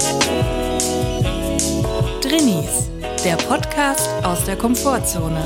Drinnies, der Podcast aus der Komfortzone.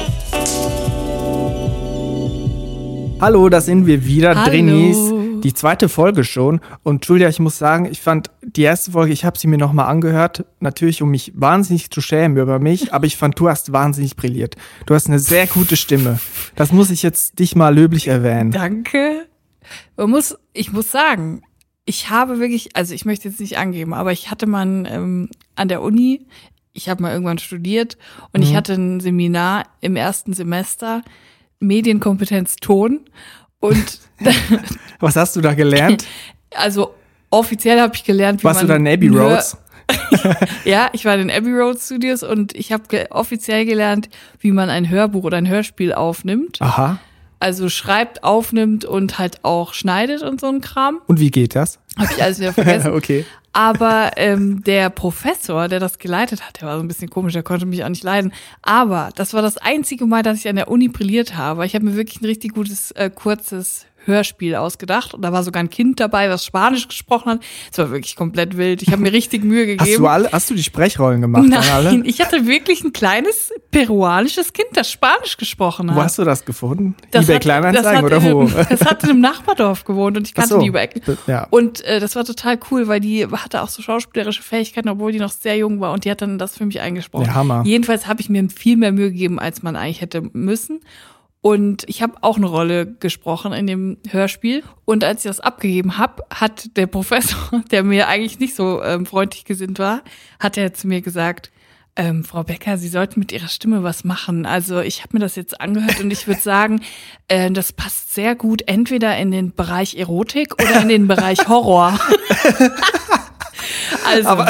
Hallo, da sind wir wieder, Hallo. Drinnies. Die zweite Folge schon. Und Julia, ich muss sagen, ich fand die erste Folge, ich habe sie mir nochmal angehört, natürlich um mich wahnsinnig zu schämen über mich, aber ich fand, du hast wahnsinnig brilliert. Du hast eine sehr gute Stimme. Das muss ich jetzt dich mal löblich erwähnen. Danke. Ich muss sagen, ich habe wirklich, also ich möchte jetzt nicht angeben, aber ich hatte mal an der Uni, ich habe mal irgendwann studiert und ich hatte ein Seminar im ersten Semester, Medienkompetenz Ton. Und was hast du da gelernt? Also offiziell habe ich gelernt, wie Warst du da in Abbey Roads? Ja, ich war in den Abbey Road Studios und ich habe offiziell gelernt, wie man ein Hörbuch oder ein Hörspiel aufnimmt. Aha. Also schreibt, aufnimmt und halt auch schneidet und so ein Kram. Und wie geht das? Habe ich alles wieder vergessen. Okay. Aber der Professor, der das geleitet hat, der war so ein bisschen komisch, der konnte mich auch nicht leiden. Aber das war das einzige Mal, dass ich an der Uni brilliert habe. Ich habe mir wirklich ein richtig gutes, kurzes Hörspiel ausgedacht. Und da war sogar ein Kind dabei, was Spanisch gesprochen hat. Es war wirklich komplett wild. Ich habe mir richtig Mühe gegeben. Hast du die Sprechrollen gemacht? Nein, ich hatte wirklich ein kleines peruanisches Kind, das Spanisch gesprochen hat. Wo hast du das gefunden? Das eBay hat- Kleinanzeigen das oder wo? Das hat in einem Nachbardorf gewohnt und ich kannte Ach so. die über Ecken. Ja. Und das war total cool, weil die hatte auch so schauspielerische Fähigkeiten, obwohl die noch sehr jung war und die hat dann das für mich eingesprochen. Der Hammer. Jedenfalls habe ich mir viel mehr Mühe gegeben, als man eigentlich hätte müssen. Und ich habe auch eine Rolle gesprochen in dem Hörspiel. Und als ich das abgegeben habe, hat der Professor, der mir eigentlich nicht so freundlich gesinnt war, hat er zu mir gesagt, Frau Becker, Sie sollten mit Ihrer Stimme was machen. Also ich habe mir das jetzt angehört und ich würde sagen, das passt sehr gut entweder in den Bereich Erotik oder in den Bereich Horror. Also, Aber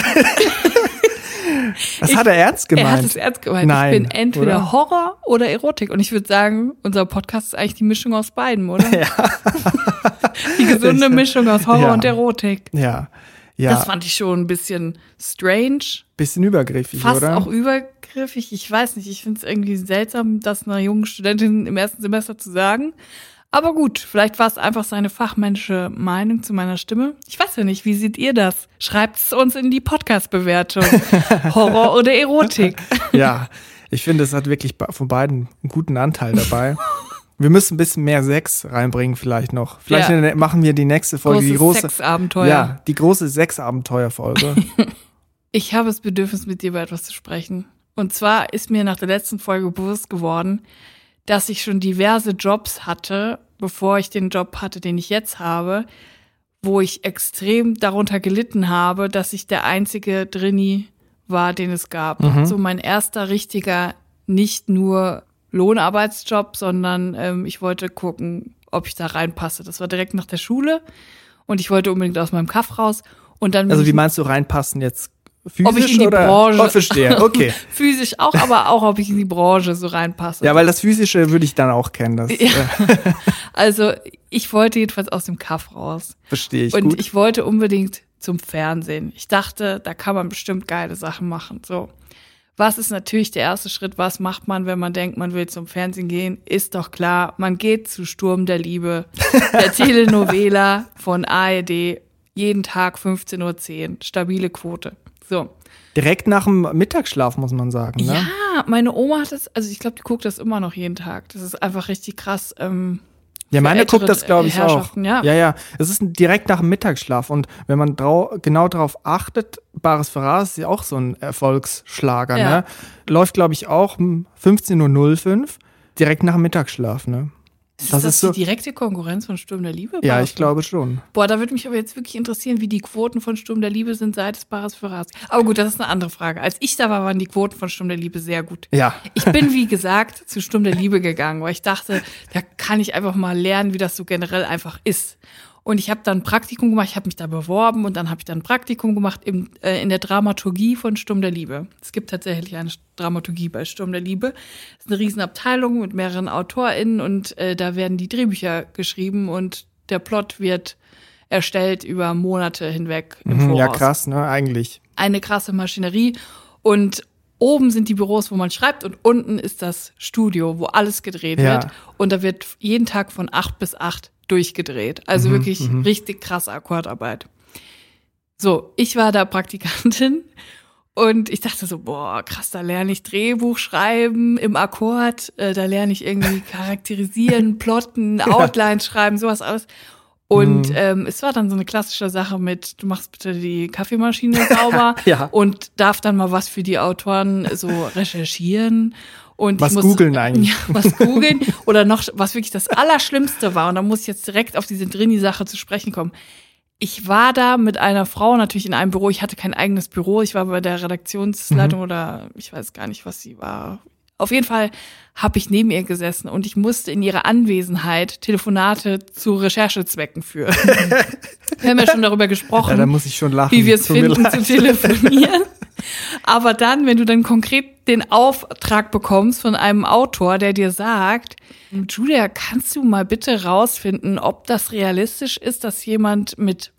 das hat er ernst gemeint. er hat es ernst gemeint. Nein, ich bin entweder oder? Horror oder Erotik. Und ich würde sagen, unser Podcast ist eigentlich die Mischung aus beidem, oder? Ja. Die gesunde Mischung aus Horror und Erotik. Ja. Ja. Das fand ich schon ein bisschen strange. Bisschen übergriffig, Fast oder? auch übergriffig. Ich weiß nicht, ich finde es irgendwie seltsam, das einer jungen Studentin im ersten Semester zu sagen. Aber gut, vielleicht war es einfach seine fachmännische Meinung zu meiner Stimme. Ich weiß ja nicht, wie seht ihr das? Schreibt es uns in die Podcast-Bewertung. Horror oder Erotik? Ja, ich finde, es hat wirklich von beiden einen guten Anteil dabei. Wir müssen ein bisschen mehr Sex reinbringen vielleicht noch. Vielleicht machen wir die nächste Folge, die große Sexabenteuer. Ja, die große Sexabenteuer-Folge. Ich habe das Bedürfnis, mit dir über etwas zu sprechen. Und zwar ist mir nach der letzten Folge bewusst geworden, dass ich schon diverse Jobs hatte, bevor ich den Job hatte, den ich jetzt habe, wo ich extrem darunter gelitten habe, dass ich der einzige Drinni war, den es gab. So mein erster richtiger, nicht nur Lohnarbeitsjob, sondern ich wollte gucken, ob ich da reinpasse. Das war direkt nach der Schule und ich wollte unbedingt aus meinem Kaff raus. Und dann Also wie meinst du reinpassen jetzt? Physisch ob ich in die oder? Branche, Oh, verstehe, okay. physisch auch, aber auch, ob ich in die Branche so reinpasse. Ja, weil das Physische würde ich dann auch kennen. Das Also ich wollte jedenfalls aus dem Kaff raus. verstehe ich Und gut. ich wollte unbedingt zum Fernsehen. Ich dachte, da kann man bestimmt geile Sachen machen. So, was ist natürlich der erste Schritt? Was macht man, wenn man denkt, man will zum Fernsehen gehen? Ist doch klar, man geht zu Sturm der Liebe, der Telenovela von ARD, jeden Tag 15:10 Uhr, stabile Quote. So. Direkt nach dem Mittagsschlaf, muss man sagen. Ne? Ja, meine Oma hat das, also ich glaube, die guckt das immer noch jeden Tag. Das ist einfach richtig krass. Ja, für meine ältere guckt das, glaube ich, auch. Herrschaften, ja. Ja. Es ist direkt nach dem Mittagsschlaf. Und wenn man genau darauf achtet, Bares für Rares ist ja auch so ein Erfolgsschlager. Ja. Ne? Läuft, glaube ich, auch um 15:05 Uhr, direkt nach dem Mittagsschlaf. Ne? Ist das so. die direkte Konkurrenz von Sturm der Liebe? Ja, Bares ich glaube schon. Boah, da würde mich aber jetzt wirklich interessieren, wie die Quoten von Sturm der Liebe sind seit es Bares für Rares. Aber gut, das ist eine andere Frage. Als ich da war, waren die Quoten von Sturm der Liebe sehr gut. Ja. Ich bin, wie gesagt, zu Sturm der Liebe gegangen, weil ich dachte, da kann ich einfach mal lernen, wie das so generell einfach ist. Und ich habe dann ein Praktikum gemacht, ich habe mich da beworben und dann habe ich dann ein Praktikum gemacht in der Dramaturgie von Sturm der Liebe. Es gibt tatsächlich eine Dramaturgie bei Sturm der Liebe. Das ist eine Riesenabteilung mit mehreren AutorInnen und da werden die Drehbücher geschrieben und der Plot wird erstellt über Monate hinweg im Voraus. Ja, krass, ne, eigentlich. Eine krasse Maschinerie und oben sind die Büros, wo man schreibt und unten ist das Studio, wo alles gedreht wird und da wird jeden Tag von 8 bis 8 durchgedreht. Also wirklich richtig krasse Akkordarbeit. So, ich war da Praktikantin und ich dachte so, boah, krass, da lerne ich Drehbuch schreiben im Akkord, da lerne ich irgendwie charakterisieren, plotten, Outlines schreiben, sowas alles. Und es war dann so eine klassische Sache mit, du machst bitte die Kaffeemaschine sauber und darf dann mal was für die Autoren so recherchieren. Und was googeln eigentlich. Ja, was googeln. Oder noch, was wirklich das Allerschlimmste war, und da muss ich jetzt direkt auf diese Drini-Sache zu sprechen kommen. Ich war da mit einer Frau natürlich in einem Büro. Ich hatte kein eigenes Büro. Ich war bei der Redaktionsleitung oder ich weiß gar nicht, was sie war. Auf jeden Fall habe ich neben ihr gesessen und ich musste in ihrer Anwesenheit Telefonate zu Recherchezwecken führen. Wir haben ja schon darüber gesprochen, da muss ich schon lachen. Wie wir es finden, zu telefonieren. Aber dann, wenn du dann konkret den Auftrag bekommst von einem Autor, der dir sagt, Julia, kannst du mal bitte rausfinden, ob das realistisch ist, dass jemand mit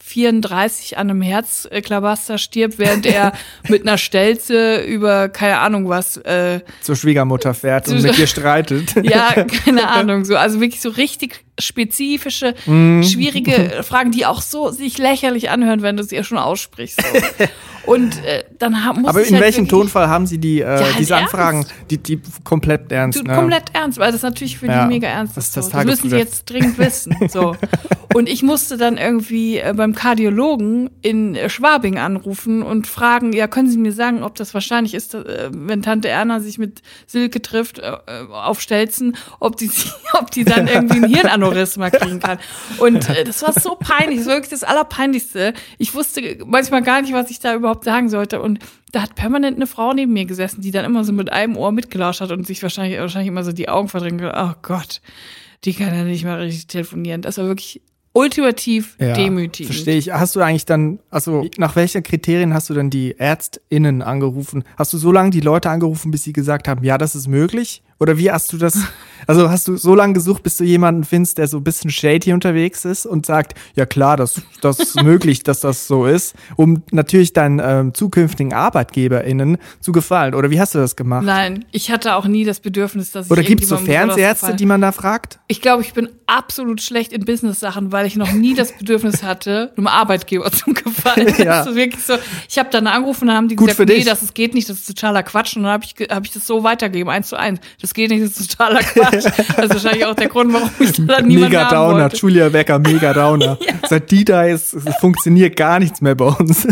34 an einem Herzklabaster stirbt, während er mit einer Stelze über, keine Ahnung was, zur Schwiegermutter fährt und mit ihr streitet. Ja, keine Ahnung, so. Also wirklich so richtig spezifische, schwierige Fragen, die auch so sich lächerlich anhören, wenn du sie ja schon aussprichst. So. Und dann muss Aber ich in halt welchem wirklich, Tonfall haben Sie die diese ernst. Anfragen, die komplett ernst? Ne? Komplett ernst, weil das natürlich für die mega ernst ist. Das So. Das müssen sie jetzt dringend wissen. So. Und ich musste dann irgendwie beim Kardiologen in Schwabing anrufen und fragen, ja, können Sie mir sagen, ob das wahrscheinlich ist, wenn Tante Erna sich mit Silke trifft auf Stelzen, ob die dann irgendwie ein Hirnaneurysma kriegen kann. Und das war so peinlich, das war wirklich das Allerpeinlichste. Ich wusste manchmal gar nicht, was ich da überhaupt sagen sollte. Und da hat permanent eine Frau neben mir gesessen, die dann immer so mit einem Ohr mitgelauscht hat und sich wahrscheinlich immer so die Augen verdrängt hat. Oh Gott, die kann ja nicht mal richtig telefonieren. Das war wirklich ultimativ demütigend. Verstehe ich. Hast du eigentlich dann, also nach welchen Kriterien hast du dann die ÄrztInnen angerufen? Hast du so lange die Leute angerufen, bis sie gesagt haben, ja, das ist möglich? Oder wie hast du das, also hast du so lange gesucht, bis du jemanden findest, der so ein bisschen shady unterwegs ist und sagt, ja klar, das ist möglich, dass das so ist, um natürlich deinen zukünftigen ArbeitgeberInnen zu gefallen? Oder wie hast du das gemacht? Nein, ich hatte auch nie das Bedürfnis, dass ich Oder gibt es so Fernseherärzte, die man da fragt? Ich glaube, ich bin absolut schlecht in Business-Sachen, weil ich noch nie das Bedürfnis hatte, einem Arbeitgeber zu gefallen. Ja. Das ist wirklich so. Ich habe dann angerufen, dann haben die Gut gesagt, für nee, dich. das geht nicht, das ist totaler Quatsch. Und dann hab ich das so weitergegeben, 1:1. Das geht nicht, das ist totaler Quatsch. Das ist wahrscheinlich auch der Grund, warum ich da niemanden Mega haben Downer, wollte. Julia Becker, mega Downer. Seit die da ist, funktioniert gar nichts mehr bei uns.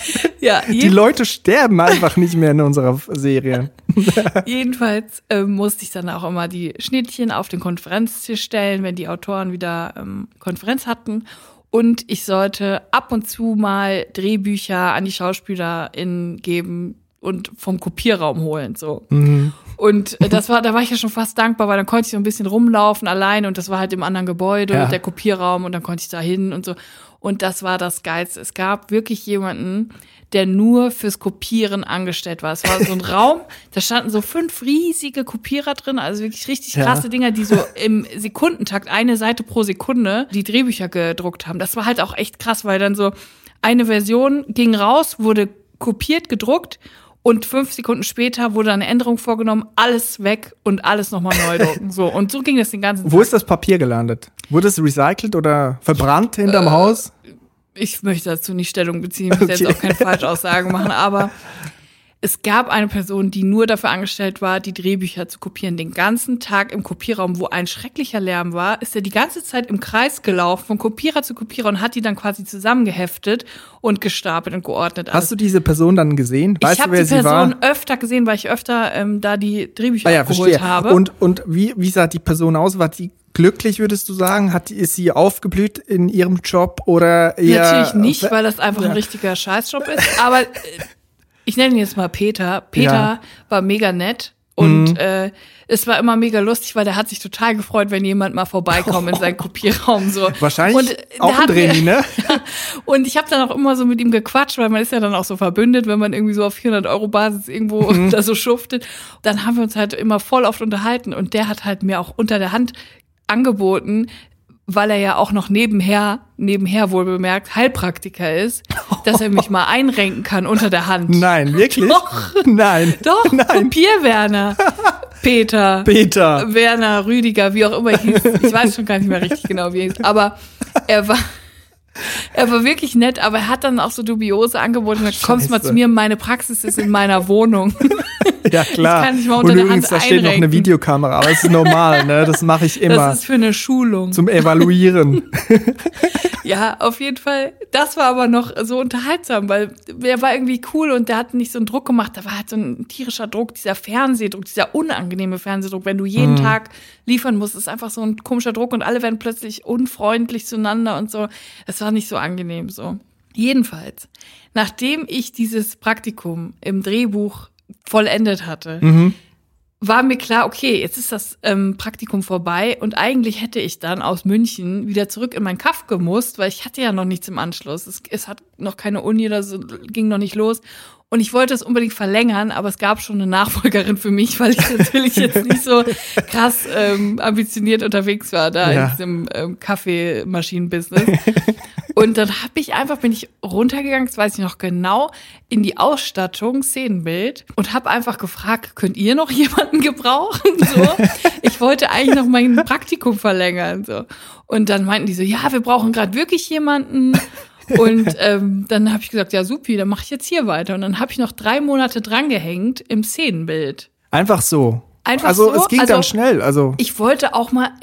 Ja, Die Leute sterben einfach nicht mehr in unserer Serie. Jedenfalls musste ich dann auch immer die Schnittchen auf den Konferenztisch stellen, wenn die Autoren wieder Konferenz hatten. Und ich sollte ab und zu mal Drehbücher an die SchauspielerInnen geben und vom Kopierraum holen, so. Und da war ich ja schon fast dankbar, weil dann konnte ich so ein bisschen rumlaufen alleine und das war halt im anderen Gebäude, der Kopierraum, und dann konnte ich da hin und so. Und das war das Geilste. Es gab wirklich jemanden, der nur fürs Kopieren angestellt war. Es war so ein Raum, da standen so 5 riesige Kopierer drin, also wirklich richtig krasse Dinger, die so im Sekundentakt, eine Seite pro Sekunde, die Drehbücher gedruckt haben. Das war halt auch echt krass, weil dann so eine Version ging raus, wurde kopiert, gedruckt und 5 Sekunden später wurde eine Änderung vorgenommen, alles weg und alles nochmal neu drucken. So, und so ging das den ganzen Tag. Wo ist das Papier gelandet? Wurde es recycelt oder verbrannt hinterm Haus? Ich möchte dazu nicht Stellung beziehen, ich will jetzt auch keine Falschaussagen machen, aber es gab eine Person, die nur dafür angestellt war, die Drehbücher zu kopieren. Den ganzen Tag im Kopierraum, wo ein schrecklicher Lärm war, ist er die ganze Zeit im Kreis gelaufen, von Kopierer zu Kopierer, und hat die dann quasi zusammengeheftet und gestapelt und geordnet. Hast du diese Person dann gesehen? Weißt ich du, wer habe die sie war? Person öfter gesehen, weil ich öfter da die Drehbücher verstehe. abgeholt habe. Und wie sah die Person aus? War die glücklich, würdest du sagen? Ist sie aufgeblüht in ihrem Job oder eher? Natürlich nicht, weil das einfach ein richtiger Scheißjob ist. Aber ich nenne ihn jetzt mal Peter. Peter war mega nett. Und es war immer mega lustig, weil der hat sich total gefreut, wenn jemand mal vorbeikommt in seinen Kopierraum. So. Wahrscheinlich und auch ein Drehni, ne? Und ich habe dann auch immer so mit ihm gequatscht, weil man ist ja dann auch so verbündet, wenn man irgendwie so auf 400-Euro-Basis irgendwo da so schuftet. Dann haben wir uns halt immer voll oft unterhalten. Und der hat halt mir auch unter der Hand angeboten, weil er ja auch noch nebenher wohl bemerkt Heilpraktiker ist, dass er mich mal einrenken kann unter der Hand. Nein, wirklich? Doch. Nein. Doch, Nein. Kopier-Werner. Peter. Werner. Rüdiger, wie auch immer er hieß. Ich weiß schon gar nicht mehr richtig genau, wie er hieß. Aber er war Er war wirklich nett, aber er hat dann auch so dubiose Angebote. Kommst mal Scheiße. zu mir, meine Praxis ist in meiner Wohnung. Ja, klar. Ich kann nicht mal unter und der übrigens, Hand da steht noch eine einrenken. Videokamera, aber das ist normal, ne? Das mache ich immer. Das ist für eine Schulung. Zum Evaluieren. Ja, auf jeden Fall. Das war aber noch so unterhaltsam, weil er war irgendwie cool und der hat nicht so einen Druck gemacht. Da war halt so ein tierischer Druck, dieser Fernsehdruck, dieser unangenehme Fernsehdruck. Wenn du jeden Tag liefern musst, ist einfach so ein komischer Druck und alle werden plötzlich unfreundlich zueinander und so. Es war nicht so angenehm so. Jedenfalls, nachdem ich dieses Praktikum im Drehbuch vollendet hatte, war mir klar, okay, jetzt ist das Praktikum vorbei und eigentlich hätte ich dann aus München wieder zurück in mein Kaff gemusst, weil ich hatte ja noch nichts im Anschluss. Es hat noch keine Uni oder so, ging noch nicht los. Und ich wollte es unbedingt verlängern, aber es gab schon eine Nachfolgerin für mich, weil ich natürlich jetzt nicht so krass ambitioniert unterwegs war da in diesem Kaffeemaschinen-Business. Und dann bin ich runtergegangen, das weiß ich noch genau, in die Ausstattung, Szenenbild und habe einfach gefragt, könnt ihr noch jemanden gebrauchen? So. Ich wollte eigentlich noch mein Praktikum verlängern. So. Und dann meinten die so, ja, wir brauchen gerade wirklich jemanden. Und dann habe ich gesagt, ja supi, dann mache ich jetzt hier weiter. Und dann habe ich noch 3 Monate drangehängt im Szenenbild. Einfach so. Einfach so. so. Es ging dann schnell. Also Ich wollte auch mal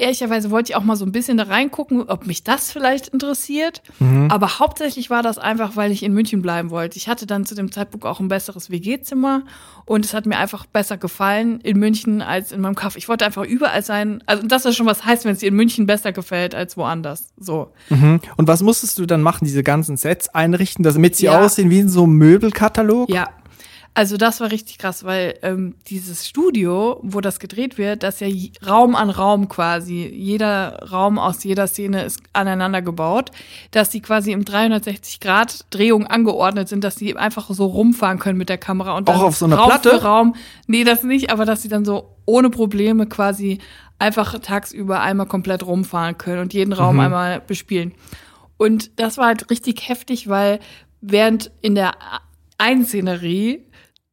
so ein bisschen da reingucken, ob mich das vielleicht interessiert. Aber hauptsächlich war das einfach, weil ich in München bleiben wollte. Ich hatte dann zu dem Zeitpunkt auch ein besseres WG-Zimmer und es hat mir einfach besser gefallen in München als in meinem Kaff. Ich wollte einfach überall sein. Also das ist schon was heißt, wenn es dir in München besser gefällt als woanders. So. Und was musstest du dann machen? Diese ganzen Sets einrichten, damit sie Ja. aussehen wie in so einem Möbelkatalog? Ja. Also das war richtig krass, weil dieses Studio, wo das gedreht wird, das ist ja Raum an Raum quasi. Jeder Raum aus jeder Szene ist aneinander gebaut, dass die quasi im 360-Grad-Drehung angeordnet sind, dass die einfach so rumfahren können mit der Kamera. Und dann Auch auf so einer Raum Platte? für Raum. Nee, das nicht, aber dass sie dann so ohne Probleme quasi einfach tagsüber einmal komplett rumfahren können und jeden Raum einmal bespielen. Und das war halt richtig heftig, weil während in der einen Szenerie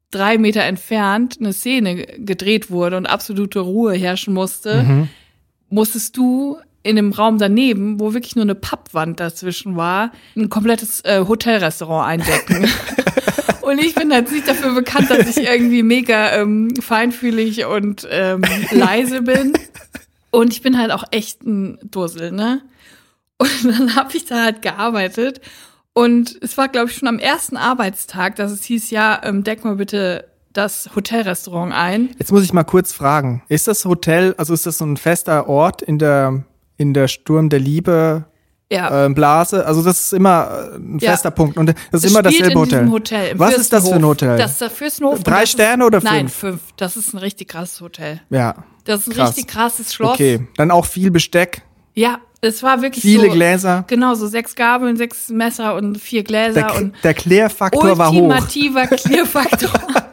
3 Meter entfernt eine Szene gedreht wurde und absolute Ruhe herrschen musste, musstest du in dem Raum daneben, wo wirklich nur eine Pappwand dazwischen war, ein komplettes Hotelrestaurant eindecken. Und ich bin jetzt nicht dafür bekannt, dass ich irgendwie mega feinfühlig und leise bin. Und ich bin halt auch echt ein Dussel, ne? Und dann habe ich da halt gearbeitet. Und es war, glaube ich, schon am ersten Arbeitstag, dass es hieß, ja, deck mal bitte das Hotelrestaurant ein. Jetzt muss ich mal kurz fragen. Ist das Hotel, also ist das so ein fester Ort in der Sturm der Liebe Blase? Also das ist immer ein fester Punkt. Und das ist immer dasselbe Hotel. Hotel Was ist das für ein Hotel? Das ist der Fürstenhof. 3 Sterne oder 5? Nein, 5. Das ist ein richtig krasses Hotel. Ja. Das ist ein krass. richtig krasses Schloss. Okay, dann auch viel Besteck. Ja, es war wirklich Viele so. Gläser. Genau, so 6 Gabeln, 6 Messer und 4 Gläser. Der Klärfaktor war hoch. Ultimativer Klärfaktor.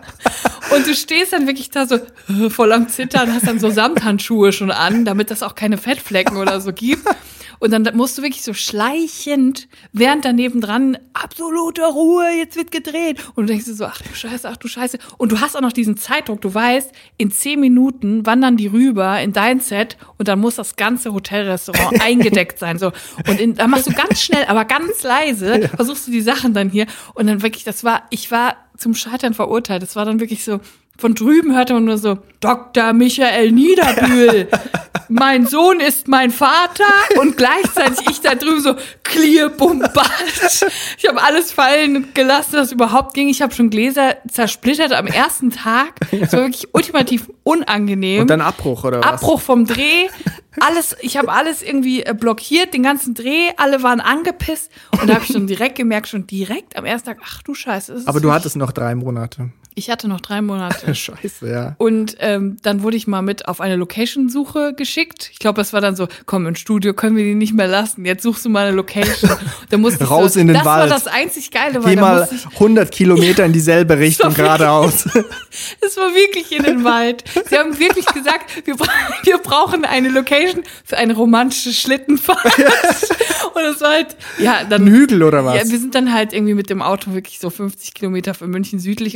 Und du stehst dann wirklich da so voll am Zittern, hast dann so Samthandschuhe schon an, damit das auch keine Fettflecken oder so gibt. Und dann musst du wirklich so schleichend, während daneben dran, absolute Ruhe, jetzt wird gedreht. Und du denkst dir so, ach du Scheiße. Und du hast auch noch diesen Zeitdruck, du weißt, in 10 Minuten wandern die rüber in dein Set und dann muss das ganze Hotelrestaurant eingedeckt sein. So. Und da machst du ganz schnell, aber ganz leise, versuchst du die Sachen dann hier. Und dann wirklich, ich war zum Scheitern verurteilt. Das war dann wirklich so, von drüben hörte man nur so, Dr. Michael Niederbühl, mein Sohn ist mein Vater und gleichzeitig ich da drüben so, clear, bombast. Ich habe alles fallen gelassen, was überhaupt ging. Ich habe schon Gläser zersplittert am ersten Tag. Es war wirklich ultimativ unangenehm. Und dann Abbruch, oder was? Abbruch vom Dreh. Ich habe alles irgendwie blockiert, den ganzen Dreh, alle waren angepisst. Und da habe ich schon direkt gemerkt, am ersten Tag, ach du Scheiße. Aber du hattest noch 3 Monate. Ich hatte noch 3 Monate. Scheiße, ja. Und dann wurde ich mal mit auf eine Location-Suche geschickt. Ich glaube, das war dann so, komm, im Studio können wir die nicht mehr lassen. Jetzt suchst du mal eine Location. Da musste ich raus in den das Wald. Das war das einzig Geile. Weil Geh mal 100 Kilometer in dieselbe Richtung geradeaus. Es war wirklich in den Wald. Sie haben wirklich gesagt, wir brauchen eine Location für eine romantische Schlittenfahrt. Und es war halt, ja, dann. Ein Hügel oder was? Ja, wir sind dann halt irgendwie mit dem Auto wirklich so 50 Kilometer von München südlich und dann bist du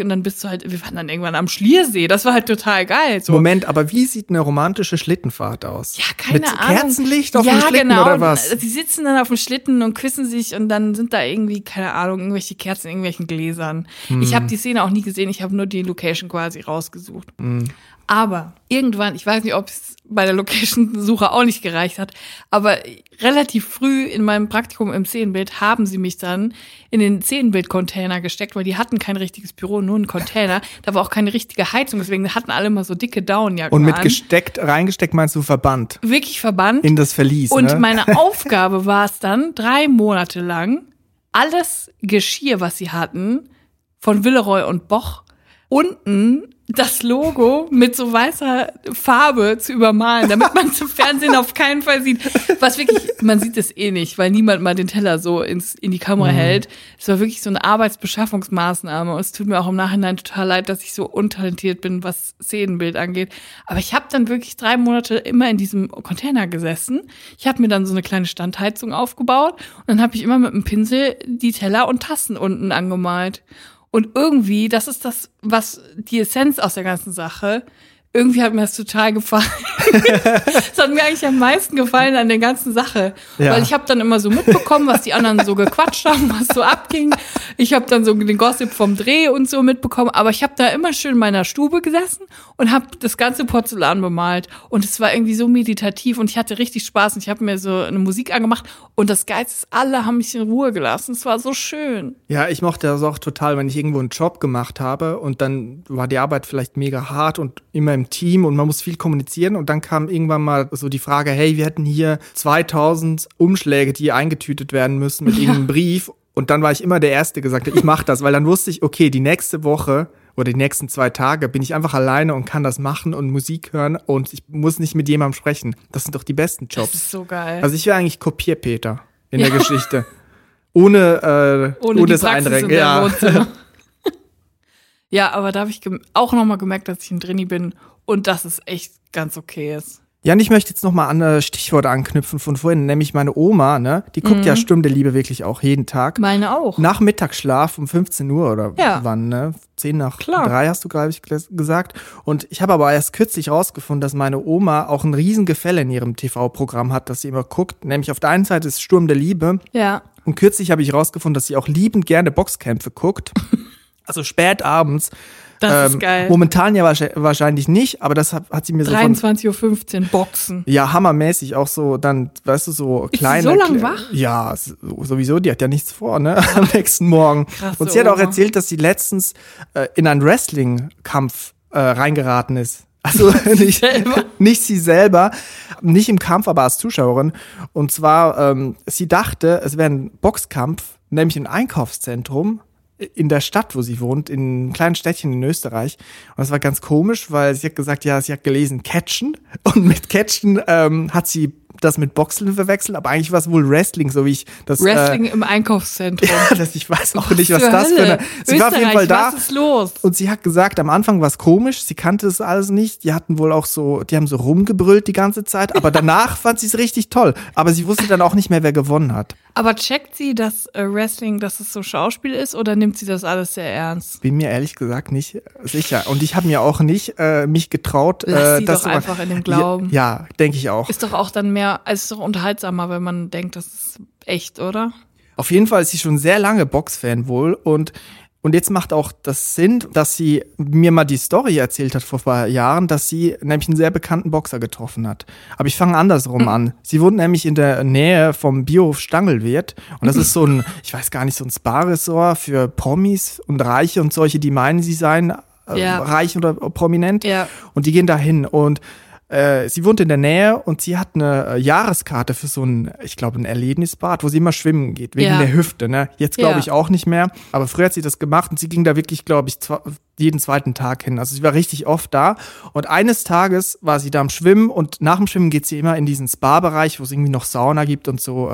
wir waren dann irgendwann am Schliersee. Das war halt total geil. So. Moment, aber wie sieht eine romantische Schlittenfahrt aus? Ja, keine Mit Ahnung. Kerzenlicht auf dem Schlitten genau. oder was? Die sitzen dann auf dem Schlitten und küssen sich und dann sind da irgendwie, keine Ahnung, irgendwelche Kerzen in irgendwelchen Gläsern. Ich habe die Szene auch nie gesehen, ich habe nur die Location quasi rausgesucht. Aber irgendwann, ich weiß nicht, ob es bei der Location-Suche auch nicht gereicht hat, aber relativ früh in meinem Praktikum im Szenenbild haben sie mich dann in den Szenenbild-Container gesteckt, weil die hatten kein richtiges Büro, nur einen Container. Da war auch keine richtige Heizung, deswegen hatten alle immer so dicke Downjacken Und mit an. reingesteckt meinst du verbannt? Wirklich verbannt. In das Verlies, Und ne? meine Aufgabe war es dann, 3 Monate lang, alles Geschirr, was sie hatten, von Villeroy und Boch, unten das Logo mit so weißer Farbe zu übermalen, damit man es im Fernsehen auf keinen Fall sieht. Was wirklich, man sieht es eh nicht, weil niemand mal den Teller so in die Kamera hält. Es war wirklich so eine Arbeitsbeschaffungsmaßnahme. Und es tut mir auch im Nachhinein total leid, dass ich so untalentiert bin, was Szenenbild angeht. Aber ich habe dann wirklich 3 Monate immer in diesem Container gesessen. Ich habe mir dann so eine kleine Standheizung aufgebaut und dann habe ich immer mit einem Pinsel die Teller und Tassen unten angemalt. Und irgendwie, das ist das, was die Essenz aus der ganzen Sache, irgendwie hat mir das total gefallen. Das hat mir eigentlich am meisten gefallen an der ganzen Sache. Ja. Weil ich habe dann immer so mitbekommen, was die anderen so gequatscht haben, was so abging. Ich habe dann so den Gossip vom Dreh und so mitbekommen. Aber ich habe da immer schön in meiner Stube gesessen und habe das ganze Porzellan bemalt. Und es war irgendwie so meditativ und ich hatte richtig Spaß. Und ich habe mir so eine Musik angemacht. Und das Geilste ist, alle haben mich in Ruhe gelassen. Es war so schön. Ja, ich mochte das auch total, wenn ich irgendwo einen Job gemacht habe und dann war die Arbeit vielleicht mega hart und immer im Team und man muss viel kommunizieren und dann kam irgendwann mal so die Frage, hey, wir hätten hier 2000 Umschläge, die eingetütet werden müssen mit irgendeinem Brief und dann war ich immer der Erste, der gesagt hat, ich mach das, weil dann wusste ich, okay, die nächste Woche oder die nächsten 2 Tage bin ich einfach alleine und kann das machen und Musik hören und ich muss nicht mit jemandem sprechen. Das sind doch die besten Jobs. Das ist so geil. Also ich wäre eigentlich Kopierpeter in der Geschichte. Ohne die das Praxis Einrenken. in der Ja. Wohnzimmer. Ja, aber da habe ich auch nochmal gemerkt, dass ich ein Drini bin und dass es echt ganz okay ist. Ja, und ich möchte jetzt nochmal an das Stichwort anknüpfen von vorhin, nämlich meine Oma, ne? Die guckt ja Sturm der Liebe wirklich auch jeden Tag. Meine auch. Nach Mittagsschlaf um 15 Uhr oder Ja. wann, ne? 10 nach Klar. 3 hast du, glaube ich, gesagt. Und ich habe aber erst kürzlich rausgefunden, dass meine Oma auch ein Riesengefälle in ihrem TV-Programm hat, das sie immer guckt. Nämlich auf der einen Seite ist Sturm der Liebe. Ja. Und kürzlich habe ich rausgefunden, dass sie auch liebend gerne Boxkämpfe guckt. Also spät abends. Das ist geil. Momentan ja wahrscheinlich nicht, aber das hat sie mir so von 23:15 Uhr Boxen. ja, hammermäßig auch so, dann, weißt du, so Ist sie kleine. so lang wach? Ja, sowieso, die hat ja nichts vor, ne, am nächsten Morgen. Krasse Und sie hat auch Oma. erzählt, dass sie letztens in einen Wrestling-Kampf reingeraten ist. Also nicht sie selber, nicht im Kampf, aber als Zuschauerin. Und zwar, sie dachte, es wäre ein Boxkampf, nämlich ein Einkaufszentrum in der Stadt, wo sie wohnt, in einem kleinen Städtchen in Österreich. Und das war ganz komisch, weil sie hat gesagt, ja, sie hat gelesen Catchen. Und mit Catchen hat sie das mit Boxen verwechselt, aber eigentlich war es wohl Wrestling, so wie ich das... Wrestling im Einkaufszentrum. Ja, ich weiß auch nicht, was das für Hölle? eine... Sie war auf jeden Fall da. Was ist los? Und sie hat gesagt, am Anfang war es komisch, sie kannte es alles nicht. Die hatten wohl auch so, die haben so rumgebrüllt die ganze Zeit, aber danach fand sie es richtig toll. Aber sie wusste dann auch nicht mehr, wer gewonnen hat. Aber checkt sie, dass Wrestling, dass es so Schauspiel ist oder nimmt sie das alles sehr ernst? Bin mir ehrlich gesagt nicht sicher. Und ich habe mir auch nicht mich getraut. Lass sie das doch einfach in dem Glauben. Ja, denke ich auch. Ist doch auch dann mehr, also ist doch unterhaltsamer, wenn man denkt, das ist echt, oder? Auf jeden Fall ist sie schon sehr lange Boxfan wohl und jetzt macht auch das Sinn, dass sie mir mal die Story erzählt hat vor ein paar Jahren, dass sie nämlich einen sehr bekannten Boxer getroffen hat. Aber ich fange andersrum an. Sie wohnt nämlich in der Nähe vom Biohof Stangelwirt und das ist so ein, ich weiß gar nicht, so ein Spa-Ressort für Promis und Reiche und solche, die meinen, sie seien reich oder prominent und die gehen da hin und sie wohnt in der Nähe und sie hat eine Jahreskarte für so ein, ich glaube, ein Erlebnisbad, wo sie immer schwimmen geht, wegen der Hüfte, ne? Jetzt glaube ich auch nicht mehr, aber früher hat sie das gemacht und sie ging da wirklich, glaube ich, jeden zweiten Tag hin. Also sie war richtig oft da und eines Tages war sie da am Schwimmen und nach dem Schwimmen geht sie immer in diesen Spa-Bereich, wo es irgendwie noch Sauna gibt und so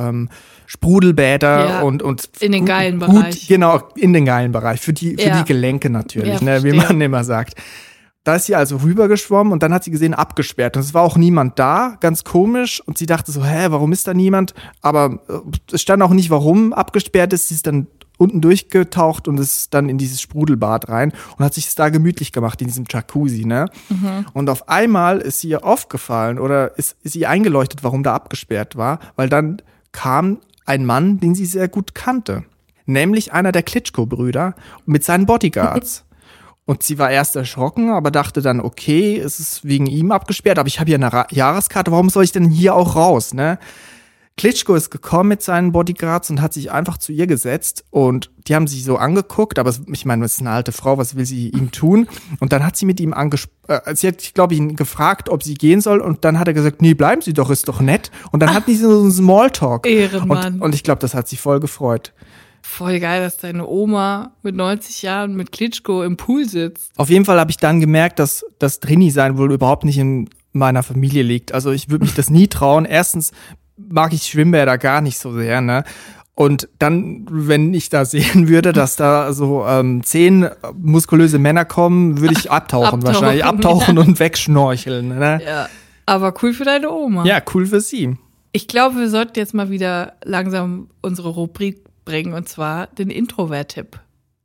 Sprudelbäder und in den geilen Bereich. Genau, in den geilen Bereich, für die Gelenke natürlich, ne? Wie man immer sagt. Da ist sie also rübergeschwommen und dann hat sie gesehen, abgesperrt. Und es war auch niemand da, ganz komisch. Und sie dachte so, warum ist da niemand? Aber es stand auch nicht, warum abgesperrt ist. Sie ist dann unten durchgetaucht und ist dann in dieses Sprudelbad rein und hat sich da gemütlich gemacht in diesem Jacuzzi, ne? Und auf einmal ist ihr aufgefallen oder ist ihr eingeleuchtet, warum da abgesperrt war, weil dann kam ein Mann, den sie sehr gut kannte. Nämlich einer der Klitschko-Brüder mit seinen Bodyguards. Und sie war erst erschrocken, aber dachte dann, okay, es ist wegen ihm abgesperrt, aber ich habe hier eine Jahreskarte, warum soll ich denn hier auch raus, ne? Klitschko ist gekommen mit seinen Bodyguards und hat sich einfach zu ihr gesetzt und die haben sich so angeguckt, aber ich meine, das ist eine alte Frau, was will sie ihm tun? Und dann hat sie mit ihm sie hat, glaube ich, ihn gefragt, ob sie gehen soll und dann hat er gesagt, nee, bleiben Sie doch, ist doch nett. Und dann hatten die so einen Smalltalk. Ehrenmann. Und ich glaube, das hat sie voll gefreut. Voll geil, dass deine Oma mit 90 Jahren mit Klitschko im Pool sitzt. Auf jeden Fall habe ich dann gemerkt, dass das Drini-Sein wohl überhaupt nicht in meiner Familie liegt. Also ich würde mich das nie trauen. Erstens mag ich Schwimmbäder gar nicht so sehr, ne? Und dann, wenn ich da sehen würde, dass da so 10 muskulöse Männer kommen, würde ich abtauchen wahrscheinlich. Abtauchen und wegschnorcheln, ne? Ja, aber cool für deine Oma. Ja, cool für sie. Ich glaube, wir sollten jetzt mal wieder langsam unsere Rubrik bringen, und zwar den Introvert-Tipp.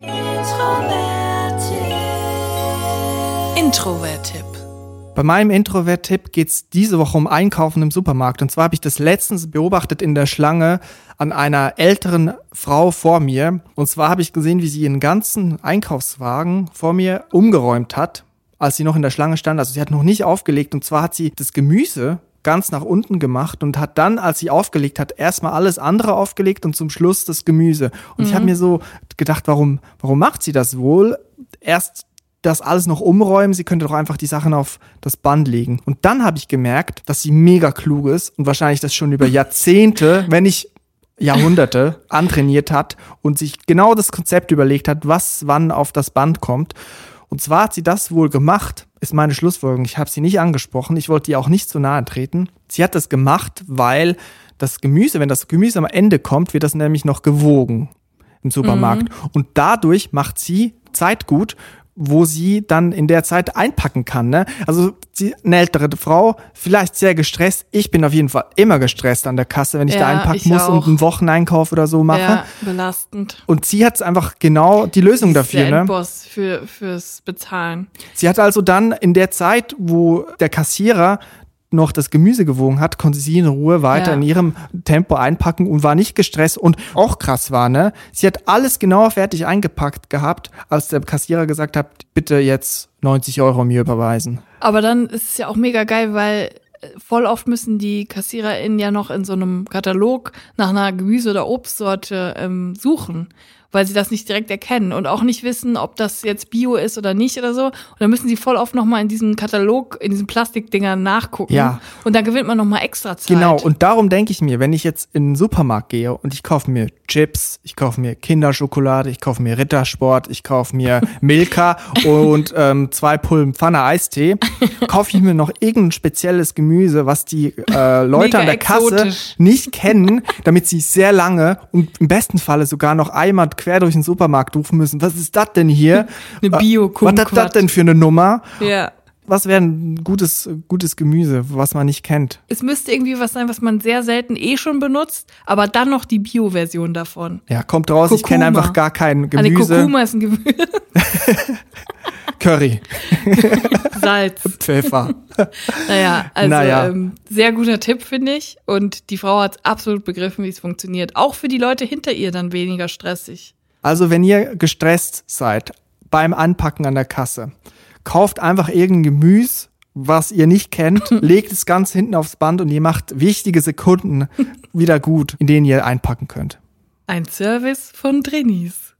Introvert-Tipp. Bei meinem Introvert-Tipp geht's diese Woche um Einkaufen im Supermarkt. Und zwar habe ich das letztens beobachtet in der Schlange an einer älteren Frau vor mir. Und zwar habe ich gesehen, wie sie ihren ganzen Einkaufswagen vor mir umgeräumt hat, als sie noch in der Schlange stand. Also sie hat noch nicht aufgelegt. Und zwar hat sie das Gemüse ganz nach unten gemacht und hat dann, als sie aufgelegt hat, erstmal alles andere aufgelegt und zum Schluss das Gemüse. Und ich habe mir so gedacht, warum macht sie das wohl? Erst das alles noch umräumen, sie könnte doch einfach die Sachen auf das Band legen. Und dann habe ich gemerkt, dass sie mega klug ist und wahrscheinlich das schon über Jahrzehnte, wenn nicht Jahrhunderte antrainiert hat und sich genau das Konzept überlegt hat, was wann auf das Band kommt. Und zwar hat sie das wohl gemacht, ist meine Schlussfolgerung. Ich habe sie nicht angesprochen, ich wollte ihr auch nicht zu nahe treten. Sie hat das gemacht, weil das Gemüse, wenn das Gemüse am Ende kommt, wird das nämlich noch gewogen im Supermarkt. Und dadurch macht sie Zeit gut, wo sie dann in der Zeit einpacken kann, ne? Also sie, eine ältere Frau, vielleicht sehr gestresst. Ich bin auf jeden Fall immer gestresst an der Kasse, wenn ich da einpacken muss und einen Wocheneinkauf oder so mache. Ja, belastend. Und sie hat einfach genau die Lösung dafür, der ne? Endboss fürs Bezahlen. Sie hat also dann in der Zeit, wo der Kassierer noch das Gemüse gewogen hat, konnte sie in Ruhe weiter in ihrem Tempo einpacken und war nicht gestresst. Und auch krass war, ne? Sie hat alles genau fertig eingepackt gehabt, als der Kassierer gesagt hat, bitte jetzt 90 € mir überweisen. Aber dann ist es ja auch mega geil, weil voll oft müssen die KassiererInnen ja noch in so einem Katalog nach einer Gemüse- oder Obstsorte suchen, weil sie das nicht direkt erkennen und auch nicht wissen, ob das jetzt Bio ist oder nicht oder so. Und dann müssen sie voll oft nochmal in diesem Katalog, in diesen Plastikdingern nachgucken. Ja. Und dann gewinnt man nochmal extra Zeit. Genau, und darum denke ich mir, wenn ich jetzt in den Supermarkt gehe und ich kaufe mir Chips, ich kaufe mir Kinderschokolade, ich kaufe mir Rittersport, ich kaufe mir Milka und 2 Pullen Pfanne Eistee, kaufe ich mir noch irgendein spezielles Gemüse, was die Leute an der Kasse nicht kennen, damit sie sehr lange und im besten Falle sogar noch einmal quer durch den Supermarkt rufen müssen. Was ist das denn hier? Eine Was ist das denn für eine Nummer? Ja. Was wäre ein gutes Gemüse, was man nicht kennt? Es müsste irgendwie was sein, was man sehr selten schon benutzt, aber dann noch die Bio-Version davon. Ja, kommt raus, ich kenne einfach gar kein Gemüse. Kurkuma ist ein Gemüse. Curry. Salz. Pfeffer. Naja, sehr guter Tipp, finde ich. Und die Frau hat absolut begriffen, wie es funktioniert. Auch für die Leute hinter ihr dann weniger stressig. Also wenn ihr gestresst seid beim Anpacken an der Kasse, kauft einfach irgendein Gemüse, was ihr nicht kennt, legt es ganz hinten aufs Band und ihr macht wichtige Sekunden wieder gut, in denen ihr einpacken könnt. Ein Service von Drinis.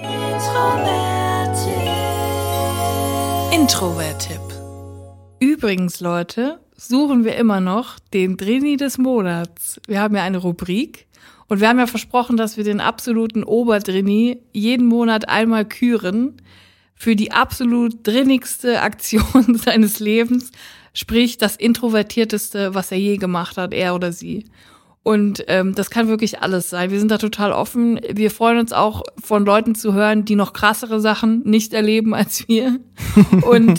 Introvert-Tipp. Übrigens, Leute, suchen wir immer noch den Drini des Monats. Wir haben ja eine Rubrik und wir haben ja versprochen, dass wir den absoluten Oberdrini jeden Monat einmal küren für die absolut drinnigste Aktion seines Lebens, sprich das Introvertierteste, was er je gemacht hat, er oder sie. Und das kann wirklich alles sein. Wir sind da total offen. Wir freuen uns auch, von Leuten zu hören, die noch krassere Sachen nicht erleben als wir. Und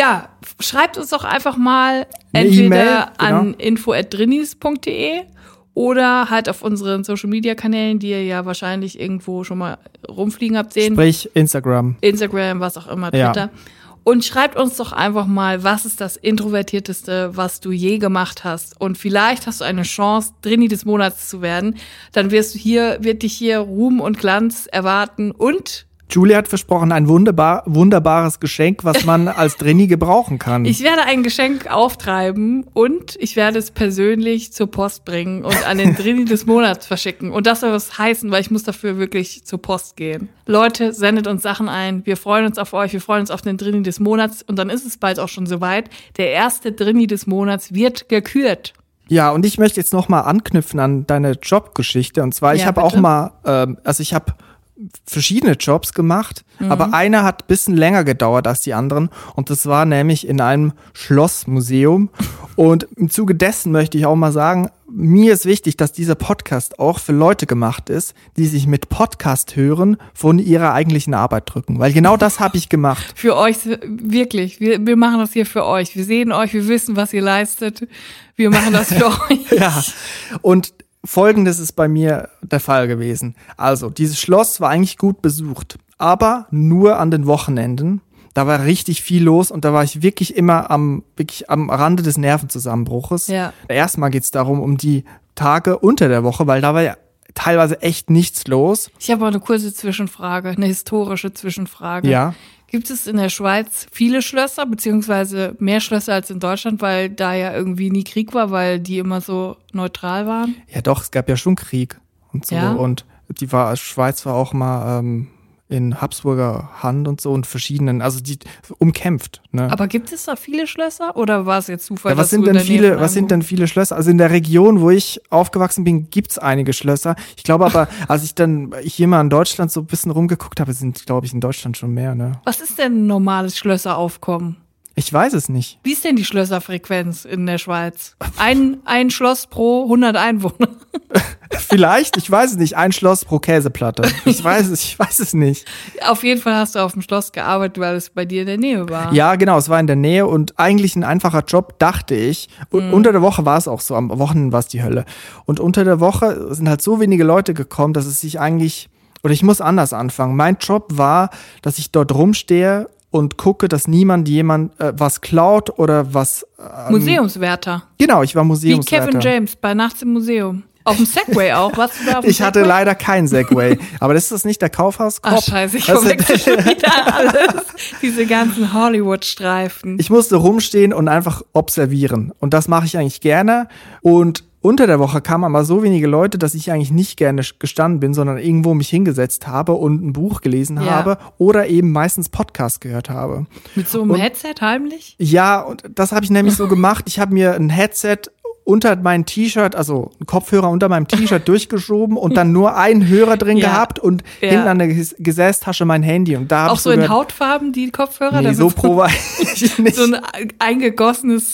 schreibt uns doch einfach mal entweder an info@drinis.de oder halt auf unseren Social-Media-Kanälen, die ihr ja wahrscheinlich irgendwo schon mal rumfliegen habt sehen. Sprich Instagram, was auch immer, Twitter. Ja. Und schreibt uns doch einfach mal, was ist das Introvertierteste, was du je gemacht hast. Und vielleicht hast du eine Chance, Drini des Monats zu werden. Dann wird dich hier Ruhm und Glanz erwarten. Und Julia hat versprochen, ein wunderbares Geschenk, was man als Drini gebrauchen kann. Ich werde ein Geschenk auftreiben und ich werde es persönlich zur Post bringen und an den Drini des Monats verschicken. Und das soll was heißen, weil ich muss dafür wirklich zur Post gehen. Leute, sendet uns Sachen ein. Wir freuen uns auf euch. Wir freuen uns auf den Drini des Monats. Und dann ist es bald auch schon soweit. Der erste Drini des Monats wird gekürt. Ja, und ich möchte jetzt nochmal anknüpfen an deine Jobgeschichte. Und zwar, ich habe auch mal, ich habe verschiedene Jobs gemacht, aber einer hat ein bisschen länger gedauert als die anderen und das war nämlich in einem Schlossmuseum und im Zuge dessen möchte ich auch mal sagen, mir ist wichtig, dass dieser Podcast auch für Leute gemacht ist, die sich mit Podcast hören von ihrer eigentlichen Arbeit drücken, weil genau das habe ich gemacht. Für euch, wirklich, wir machen das hier für euch, wir sehen euch, wir wissen, was ihr leistet, wir machen das für euch. Ja, und Folgendes ist bei mir der Fall gewesen. Also, dieses Schloss war eigentlich gut besucht, aber nur an den Wochenenden. Da war richtig viel los und da war ich wirklich immer am Rande des Nervenzusammenbruches. Ja. Erstmal geht's darum, um die Tage unter der Woche, weil da war ja teilweise echt nichts los. Ich habe auch eine kurze Zwischenfrage, eine historische Zwischenfrage. Ja. Gibt es in der Schweiz viele Schlösser, beziehungsweise mehr Schlösser als in Deutschland, weil da ja irgendwie nie Krieg war, weil die immer so neutral waren? Ja doch, es gab ja schon Krieg und so. Ja? Und Schweiz war auch mal in Habsburger Hand und so und verschiedenen, also die umkämpft. Ne? Aber gibt es da viele Schlösser oder war es jetzt Zufall? Ja, was sind denn viele Schlösser? Also in der Region, wo ich aufgewachsen bin, gibt's einige Schlösser. Ich glaube aber, als ich hier mal in Deutschland so ein bisschen rumgeguckt habe, sind, glaube ich, in Deutschland schon mehr. Ne? Was ist denn ein normales Schlösseraufkommen? Ich weiß es nicht. Wie ist denn die Schlösserfrequenz in der Schweiz? Ein Schloss pro 100 Einwohner. Vielleicht, ich weiß es nicht. Ein Schloss pro Käseplatte. Ich weiß es nicht. Auf jeden Fall hast du auf dem Schloss gearbeitet, weil es bei dir in der Nähe war. Ja, genau, es war in der Nähe und eigentlich ein einfacher Job, dachte ich. Und unter der Woche war es auch so, am Wochenende war es die Hölle. Und unter der Woche sind halt so wenige Leute gekommen, dass es sich eigentlich, oder ich muss anders anfangen. Mein Job war, dass ich dort rumstehe und gucke, dass jemand was klaut oder was... Museumswärter. Genau, ich war Museumswärter. Wie Kevin James bei Nachts im Museum. Auf dem Segway auch, warst du da auf dem Ich hatte leider keinen Segway. Aber ist das nicht der Kaufhauskorb? Ach scheiße, ich verwechsel schon wieder alles. Diese ganzen Hollywood-Streifen. Ich musste rumstehen und einfach observieren. Und das mache ich eigentlich gerne. Und unter der Woche kamen aber so wenige Leute, dass ich eigentlich nicht gerne gestanden bin, sondern irgendwo mich hingesetzt habe und ein Buch gelesen habe oder eben meistens Podcast gehört habe. Mit so einem Headset heimlich? Ja, und das habe ich nämlich so gemacht. Ich habe mir ein Headset unter mein T-Shirt, also einen Kopfhörer unter meinem T-Shirt durchgeschoben und dann nur einen Hörer drin gehabt und hinten an der Gesäßtasche mein Handy. Und da auch so in Hautfarben, die Kopfhörer? Nee, so pro war ich nicht. So ein eingegossenes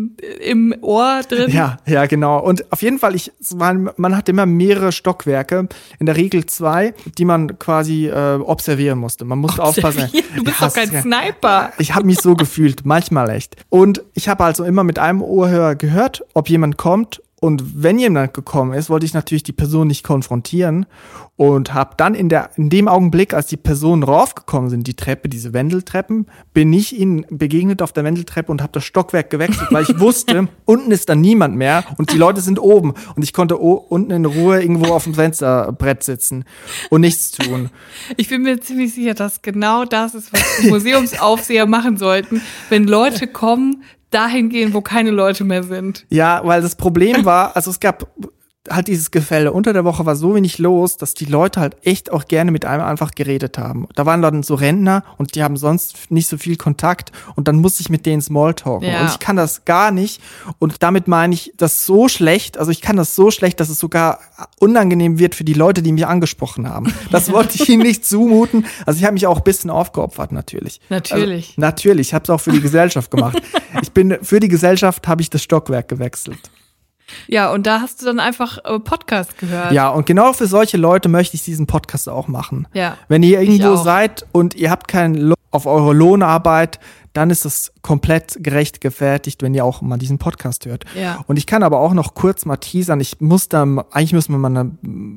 im Ohr drin? Ja, genau. Und auf jeden Fall, man hat immer mehrere Stockwerke, in der Regel 2, die man quasi observieren musste. Man musste aufpassen. Du bist doch kein Sniper. Ich habe mich so gefühlt, manchmal echt. Und ich habe also immer mit einem Ohrhörer gehört, ob jemand kommt. Und wenn jemand gekommen ist, wollte ich natürlich die Person nicht konfrontieren und habe dann in dem Augenblick, als die Personen raufgekommen sind, die Treppe, diese Wendeltreppen, bin ich ihnen begegnet auf der Wendeltreppe und habe das Stockwerk gewechselt, weil ich wusste, unten ist dann niemand mehr und die Leute sind oben und ich konnte unten in Ruhe irgendwo auf dem Fensterbrett sitzen und nichts tun. Ich bin mir ziemlich sicher, dass genau das ist, was die Museumsaufseher machen sollten, wenn Leute kommen, dahin gehen, wo keine Leute mehr sind. Ja, weil das Problem war, also es gab halt dieses Gefälle. Unter der Woche war so wenig los, dass die Leute halt echt auch gerne mit einem einfach geredet haben. Da waren dann so Rentner und die haben sonst nicht so viel Kontakt und dann musste ich mit denen Smalltalken. Ja. Und ich kann das gar nicht und damit meine ich das so schlecht, also ich kann das so schlecht, dass es sogar unangenehm wird für die Leute, die mich angesprochen haben. Das wollte ich ihnen nicht zumuten. Also ich habe mich auch ein bisschen aufgeopfert, natürlich. Natürlich. Also, natürlich, ich habe es auch für die Gesellschaft gemacht. Für die Gesellschaft habe ich das Stockwerk gewechselt. Ja, und da hast du dann einfach Podcast gehört. Ja, und genau für solche Leute möchte ich diesen Podcast auch machen. Ja. Wenn ihr irgendwo seid und ihr habt keinen Lohn auf eure Lohnarbeit, dann ist das komplett gerechtfertigt, wenn ihr auch mal diesen Podcast hört. Ja. Und ich kann aber auch noch kurz mal teasern, eigentlich müssen wir mal eine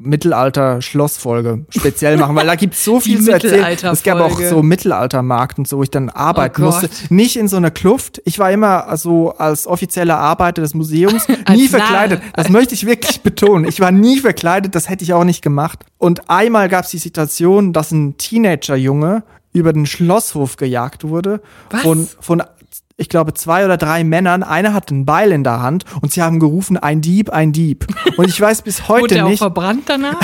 Mittelalter-Schlossfolge speziell machen, weil da gibt es so viel zu erzählen. Es gab auch so Mittelaltermarkt und so, wo ich dann arbeiten musste. Nicht in so einer Kluft. Ich war immer so als offizieller Arbeiter des Museums nie verkleidet. Das möchte ich wirklich betonen. Ich war nie verkleidet, das hätte ich auch nicht gemacht. Und einmal gab es die Situation, dass ein Teenager-Junge über den Schlosshof gejagt wurde. Was? Von ich glaube, 2 oder 3 Männern. Einer hat ein Beil in der Hand und sie haben gerufen, ein Dieb, ein Dieb. Und ich weiß bis heute nicht. Wurde der auch nicht. verbrannt danach?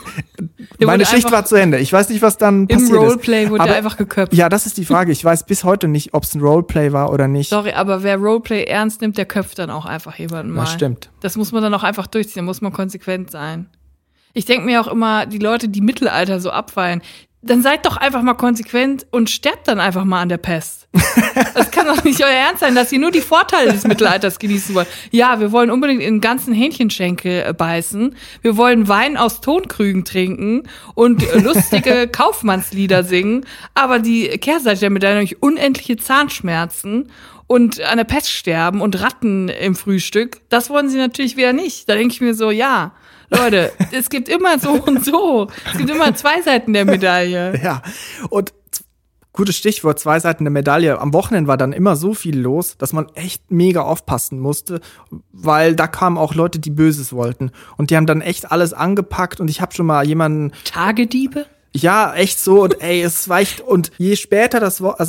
Meine Schicht war zu Ende. Ich weiß nicht, was dann passiert ist. Im Roleplay wurde er einfach geköpft. Ja, das ist die Frage. Ich weiß bis heute nicht, ob es ein Roleplay war oder nicht. Sorry, aber wer Roleplay ernst nimmt, der köpft dann auch einfach jemanden mal. Das stimmt. Das muss man dann auch einfach durchziehen. Da muss man konsequent sein. Ich denke mir auch immer, die Leute, die Mittelalter so abfeiern, dann seid doch einfach mal konsequent und sterbt dann einfach mal an der Pest. Das kann doch nicht euer Ernst sein, dass ihr nur die Vorteile des Mittelalters genießen wollt. Ja, wir wollen unbedingt in den ganzen Hähnchenschenkel beißen. Wir wollen Wein aus Tonkrügen trinken und lustige Kaufmannslieder singen. Aber die Kehrseite der Medaille, nämlich unendliche Zahnschmerzen und an der Pest sterben und Ratten im Frühstück, das wollen sie natürlich wieder nicht. Da denke ich mir so, ja, Leute, es gibt immer so und so. Es gibt immer 2 Seiten der Medaille. Ja, und gutes Stichwort, 2 Seiten der Medaille. Am Wochenende war dann immer so viel los, dass man echt mega aufpassen musste, weil da kamen auch Leute, die Böses wollten. Und die haben dann echt alles angepackt und ich habe schon mal jemanden... Tagediebe? Ja, echt so. Und es weicht. Und je später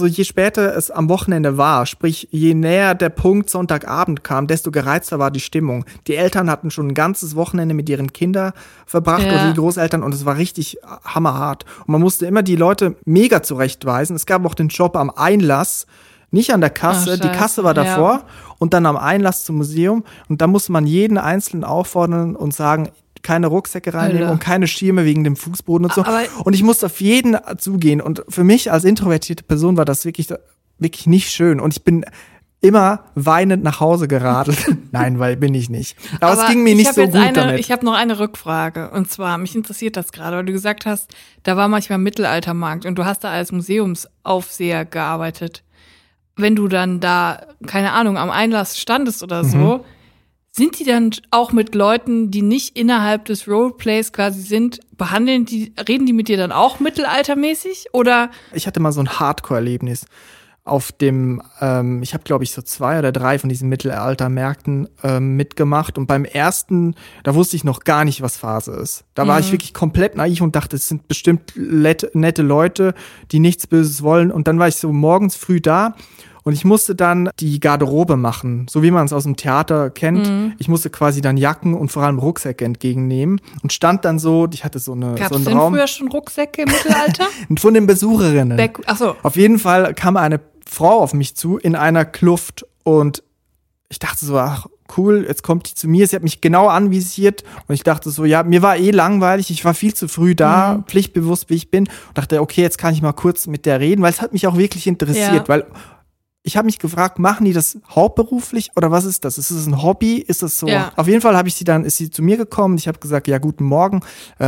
es am Wochenende war, sprich, je näher der Punkt Sonntagabend kam, desto gereizter war die Stimmung. Die Eltern hatten schon ein ganzes Wochenende mit ihren Kindern verbracht oder die Großeltern und es war richtig hammerhart. Und man musste immer die Leute mega zurechtweisen. Es gab auch den Job am Einlass, nicht an der Kasse. Die Kasse war davor und dann am Einlass zum Museum. Und da musste man jeden Einzelnen auffordern und sagen, keine Rucksäcke reinnehmen und keine Schirme wegen dem Fußboden und so. Und ich musste auf jeden zugehen. Und für mich als introvertierte Person war das wirklich nicht schön. Und ich bin immer weinend nach Hause geradelt. Nein, weil bin ich nicht. Aber es ging mir nicht so gut damit. Ich habe noch eine Rückfrage. Und zwar, mich interessiert das gerade, weil du gesagt hast, da war manchmal Mittelaltermarkt und du hast da als Museumsaufseher gearbeitet. Wenn du dann da, keine Ahnung, am Einlass standest oder so, sind die dann auch mit Leuten, die nicht innerhalb des Roleplays quasi sind, reden die mit dir dann auch mittelaltermäßig? Oder? Ich hatte mal so ein Hardcore-Erlebnis auf dem, ich habe glaube ich so 2 oder 3 von diesen Mittelaltermärkten mitgemacht und beim ersten, da wusste ich noch gar nicht, was Phase ist. Da war ich wirklich komplett naiv und dachte, es sind bestimmt nette Leute, die nichts Böses wollen und dann war ich so morgens früh da. Und ich musste dann die Garderobe machen, so wie man es aus dem Theater kennt. Ich musste quasi dann Jacken und vor allem Rucksäcke entgegennehmen und stand dann so, ich hatte so einen Raum. Gab es denn früher schon Rucksäcke im Mittelalter? Von den Besucherinnen. Ach so. Auf jeden Fall kam eine Frau auf mich zu in einer Kluft und ich dachte so, ach cool, jetzt kommt die zu mir. Sie hat mich genau anvisiert und ich dachte so, ja, mir war langweilig, ich war viel zu früh da, pflichtbewusst wie ich bin und dachte, okay, jetzt kann ich mal kurz mit der reden, weil es hat mich auch wirklich interessiert, weil ich habe mich gefragt, machen die das hauptberuflich oder was ist das? Ist es ein Hobby? Ist das so? Ja. Auf jeden Fall ist sie zu mir gekommen. Ich habe gesagt, ja, guten Morgen,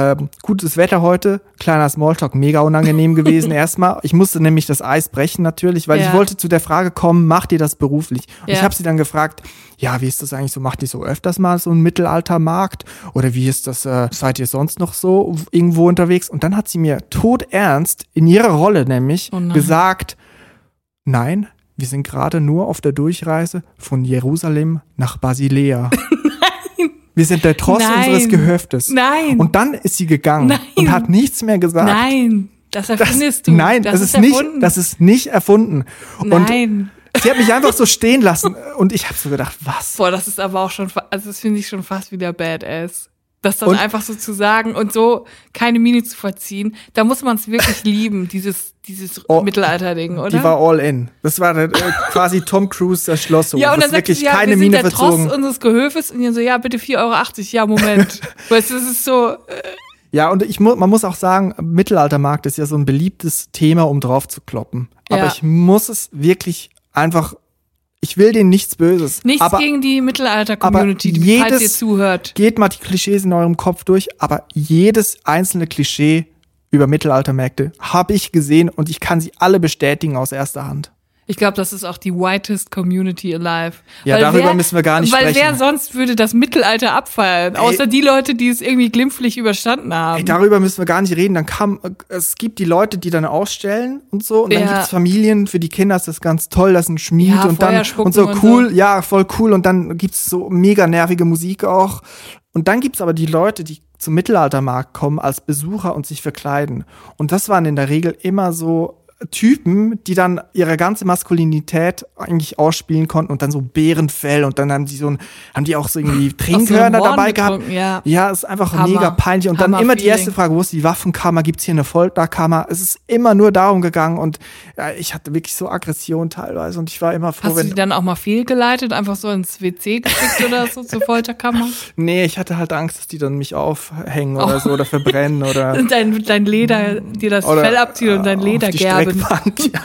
gutes Wetter heute, kleiner Smalltalk, mega unangenehm gewesen erstmal. Ich musste nämlich das Eis brechen natürlich, weil ich wollte zu der Frage kommen, macht ihr das beruflich? Und ich habe sie dann gefragt, ja, wie ist das eigentlich so? Macht ihr so öfters mal so einen Mittelaltermarkt? Oder wie ist das, seid ihr sonst noch so irgendwo unterwegs? Und dann hat sie mir todernst in ihrer Rolle nämlich gesagt, nein, wir sind gerade nur auf der Durchreise von Jerusalem nach Basilea. Nein. Wir sind der Tross unseres Gehöftes. Nein. Und dann ist sie gegangen und hat nichts mehr gesagt. Nein, das erfindest du. Nein, das ist nicht erfunden. Nein. Und sie hat mich einfach so stehen lassen und ich habe so gedacht, was? Boah, das ist aber auch schon, also das finde ich schon fast wieder Badass. Das dann einfach so zu sagen und so keine Miene zu verziehen, da muss man es wirklich lieben, dieses Mittelalter-Ding, oder? Die war all in. Das war quasi Tom Cruise, das Schloss. Ja, und dann wirklich sagt sie, keine wir Miene sind der verzogen. Tross unseres Gehöfes und dann so, ja, bitte 4,80 €, ja, Moment. Weißt du, das ist so... Ja, und man muss auch sagen, Mittelaltermarkt ist ja so ein beliebtes Thema, um drauf zu kloppen. Aber ich muss es wirklich einfach... Ich will denen nichts Böses. Nichts gegen die Mittelalter-Community, falls ihr zuhört. Geht mal die Klischees in eurem Kopf durch, aber jedes einzelne Klischee über Mittelaltermärkte habe ich gesehen und ich kann sie alle bestätigen aus erster Hand. Ich glaube, das ist auch die whitest community alive. Ja, darüber müssen wir gar nicht sprechen. Weil wer sonst würde das Mittelalter abfeiern? Außer die Leute, die es irgendwie glimpflich überstanden haben. Ey, darüber müssen wir gar nicht reden. Es gibt die Leute, die dann ausstellen und so. Und dann gibt es Familien, für die Kinder ist das ganz toll, das ist ein Schmied und dann und so cool, und so. Ja, voll cool. Und dann gibt's so mega nervige Musik auch. Und dann gibt's aber die Leute, die zum Mittelaltermarkt kommen als Besucher und sich verkleiden. Und das waren in der Regel immer so Typen, die dann ihre ganze Maskulinität eigentlich ausspielen konnten und dann so Bärenfell und dann haben die auch so irgendwie Trinkhörner dabei gehabt. Ja, ist einfach Hammer. Mega peinlich. Und dann immer die erste Frage, wo ist die Waffenkammer? Gibt's hier eine Folterkammer? Es ist immer nur darum gegangen und ich hatte wirklich so Aggression teilweise und ich war immer froh, Hast du die dann auch mal fehlgeleitet, einfach so ins WC geschickt oder so zur Folterkammer? Nee, ich hatte halt Angst, dass die dann mich aufhängen oder so oder verbrennen oder dein Leder, dir das Fell abziehen und dein Leder gerben. Ja.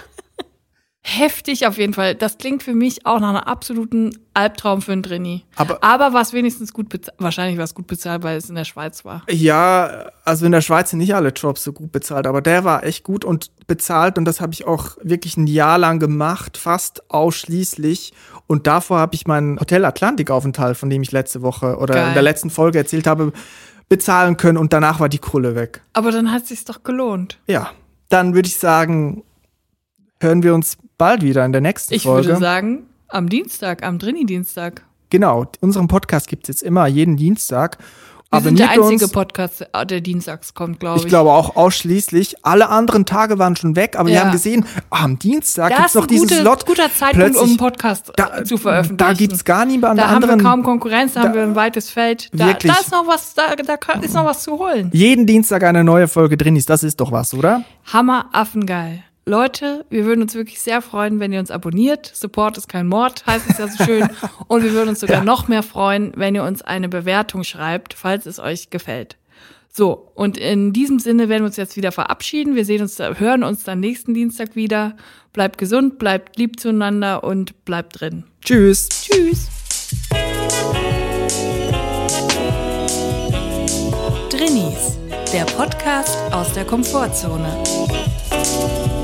Heftig auf jeden Fall. Das klingt für mich auch nach einem absoluten Albtraum für einen Trainee. Aber war es wenigstens gut bezahlt? Wahrscheinlich war es gut bezahlt, weil es in der Schweiz war. Ja, also in der Schweiz sind nicht alle Jobs so gut bezahlt, aber der war echt gut und bezahlt und das habe ich auch wirklich ein Jahr lang gemacht, fast ausschließlich. Und davor habe ich meinen Hotel Atlantik-Aufenthalt, von dem ich letzte Woche oder in der letzten Folge erzählt habe, bezahlen können und danach war die Kohle weg. Aber dann hat es sich doch gelohnt. Ja. Dann würde ich sagen, hören wir uns bald wieder in der nächsten Folge. Ich würde sagen, am Dienstag, am Drini-Dienstag. Genau, unseren Podcast gibt es jetzt immer jeden Dienstag. Wir sind der einzige Podcast, der dienstags kommt, glaube ich. Ich glaube auch ausschließlich. Alle anderen Tage waren schon weg, aber wir haben gesehen, am Dienstag gibt es noch diesen Slot. Das ist ein guter Zeitpunkt, um einen Podcast zu veröffentlichen. Da gibt es gar niemanden da anderen. Da haben wir kaum Konkurrenz, da haben wir ein weites Feld. Da ist noch was, da ist noch was zu holen. Jeden Dienstag eine neue Folge Drinis, das ist doch was, oder? Hammer, affengeil. Leute, wir würden uns wirklich sehr freuen, wenn ihr uns abonniert. Support ist kein Mord, heißt es ja so schön. Und wir würden uns sogar noch mehr freuen, wenn ihr uns eine Bewertung schreibt, falls es euch gefällt. So, und in diesem Sinne werden wir uns jetzt wieder verabschieden. Wir hören uns dann nächsten Dienstag wieder. Bleibt gesund, bleibt lieb zueinander und bleibt drin. Tschüss. Tschüss. Drinis, der Podcast aus der Komfortzone.